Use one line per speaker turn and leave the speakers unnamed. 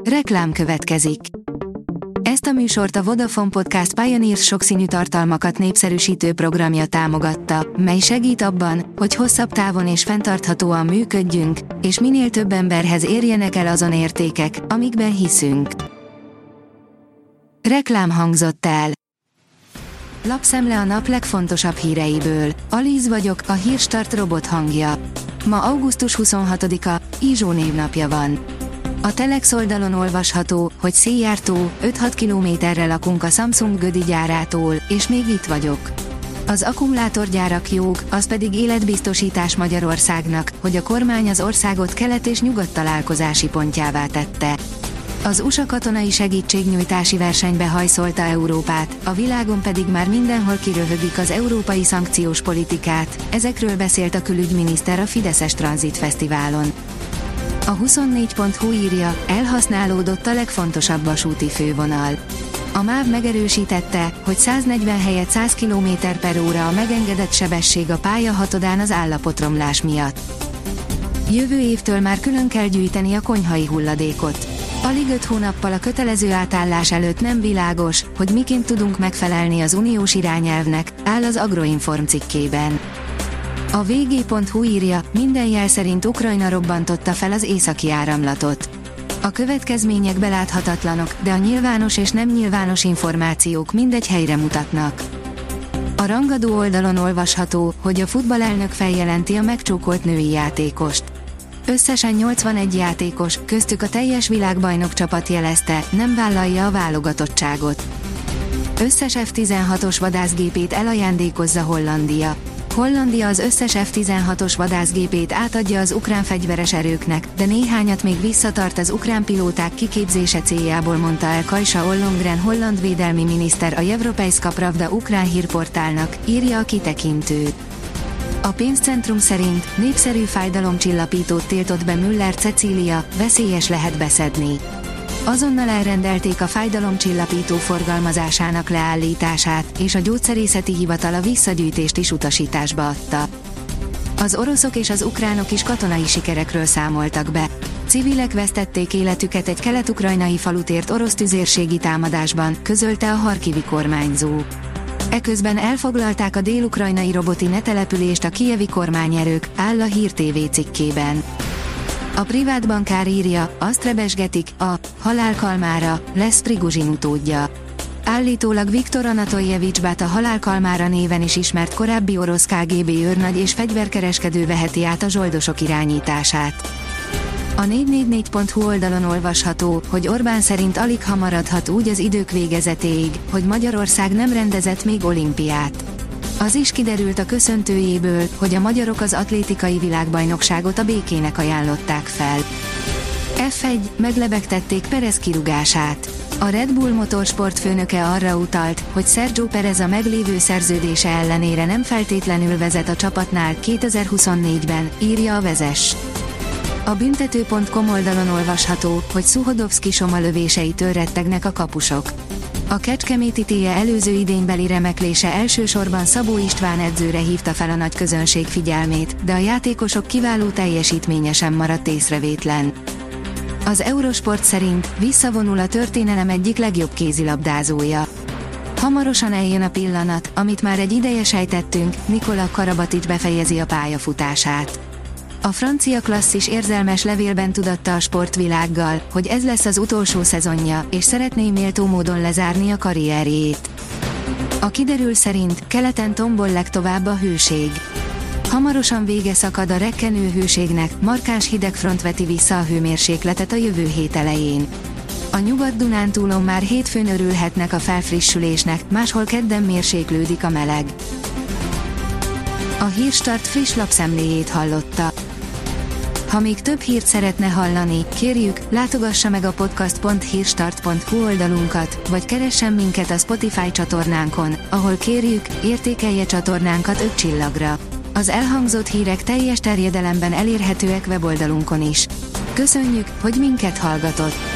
Reklám következik. Ezt a műsort a Vodafone Podcast Pioneers sokszínű tartalmakat népszerűsítő programja támogatta, mely segít abban, hogy hosszabb távon és fenntarthatóan működjünk, és minél több emberhez érjenek el azon értékek, amikben hiszünk. Reklám hangzott el. Lapszemle a nap legfontosabb híreiből. Alíz vagyok, a Hírstart robot hangja. Ma augusztus 26-a, Izsó névnapja van. A Telex oldalon olvasható, hogy Széjjártó, 5-6 kilométerre lakunk a Samsung Gödi gyárától, és még itt vagyok. Az akkumulátorgyárak jók, az pedig életbiztosítás Magyarországnak, hogy a kormány az országot kelet és nyugat találkozási pontjává tette. Az USA katonai segítségnyújtási versenybe hajszolta Európát, a világon pedig már mindenhol kiröhögik az európai szankciós politikát, ezekről beszélt a külügyminiszter a Fideszes Tranzit Fesztiválon. A 24.hu írja, elhasználódott a legfontosabb vasúti fővonal. A MÁV megerősítette, hogy 140 helyett 100 km/h a megengedett sebesség a pálya hatodán az állapotromlás miatt. Jövő évtől már külön kell gyűjteni a konyhai hulladékot. Alig 5 hónappal a kötelező átállás előtt nem világos, hogy miként tudunk megfelelni az uniós irányelvnek, áll az Agroinform cikkében. A vg.hu írja, minden jel szerint Ukrajna robbantotta fel az északi áramlatot. A következmények beláthatatlanok, de a nyilvános és nem nyilvános információk mindegy helyre mutatnak. A rangadó oldalon olvasható, hogy a futballelnök feljelenti a megcsókolt női játékost. Összesen 81 játékos, köztük a teljes világbajnok csapat jelezte, nem vállalja a válogatottságot. Összes F-16-os vadászgépét elajándékozza Hollandia. Hollandia az összes F-16-os vadászgépét átadja az ukrán fegyveres erőknek, de néhányat még visszatart az ukrán pilóták kiképzése céljából, mondta el Kajsa Ollongren holland védelmi miniszter a Европейска Pravda ukrán hírportálnak, írja a kitekintő. A pénzcentrum szerint népszerű fájdalomcsillapítót tiltott be Müller Cecília, veszélyes lehet beszedni. Azonnal elrendelték a fájdalomcsillapító forgalmazásának leállítását, és a gyógyszerészeti hivatal a visszagyűjtést is utasításba adta. Az oroszok és az ukránok is katonai sikerekről számoltak be. Civilek vesztették életüket egy kelet-ukrajnai falut ért orosz tüzérségi támadásban, közölte a harkivi kormányzó. Eközben elfoglalták a dél-ukrajnai Robotine települést a kijevi kormányerők, áll a Hír TV cikkében. A privát bankár írja, azt rebesgetik, a halálkalmára lesz Prigozsin utódja. Állítólag Viktor Anatoljevics Bata halálkalmára néven is ismert korábbi orosz KGB őrnagy és fegyverkereskedő veheti át a zsoldosok irányítását. A 444.hu oldalon olvasható, hogy Orbán szerint alig ha maradhat úgy az idők végezetéig, hogy Magyarország nem rendezett még olimpiát. Az is kiderült a köszöntőjéből, hogy a magyarok az atlétikai világbajnokságot a békének ajánlották fel. F1, meglebegtették Perez kirúgását. A Red Bull Motorsport főnöke arra utalt, hogy Sergio Perez a meglévő szerződése ellenére nem feltétlenül vezet a csapatnál 2024-ben, írja a Vezes. A büntető.com oldalon olvasható, hogy Szuhodovszki Soma lövéseitől rettegnek a kapusok. A kecskeméti Télye előző idénybeli remeklése elsősorban Szabó István edzőre hívta fel a nagy közönség figyelmét, de a játékosok kiváló teljesítménye sem maradt észrevétlen. Az Eurosport szerint visszavonul a történelem egyik legjobb kézilabdázója. Hamarosan eljön a pillanat, amit már egy ideje sejtettünk, Nikola Karabatic befejezi a pályafutását. A francia klasszis érzelmes levélben tudatta a sportvilággal, hogy ez lesz az utolsó szezonja, és szeretné méltó módon lezárni a karrierjét. A kiderül szerint keleten tombol legtovább a hőség. Hamarosan vége szakad a rekkenő hőségnek, markáns hidegfront veti vissza a hőmérsékletet a jövő hét elején. A Nyugat-Dunántúlon már hétfőn örülhetnek a felfrissülésnek, máshol kedden mérséklődik a meleg. A Hírstart friss lapszemléjét hallotta. Ha még több hírt szeretne hallani, kérjük, látogassa meg a podcast.hírstart.hu oldalunkat, vagy keressen minket a Spotify csatornánkon, ahol kérjük, értékelje csatornánkat 5 csillagra. Az elhangzott hírek teljes terjedelemben elérhetőek weboldalunkon is. Köszönjük, hogy minket hallgatott!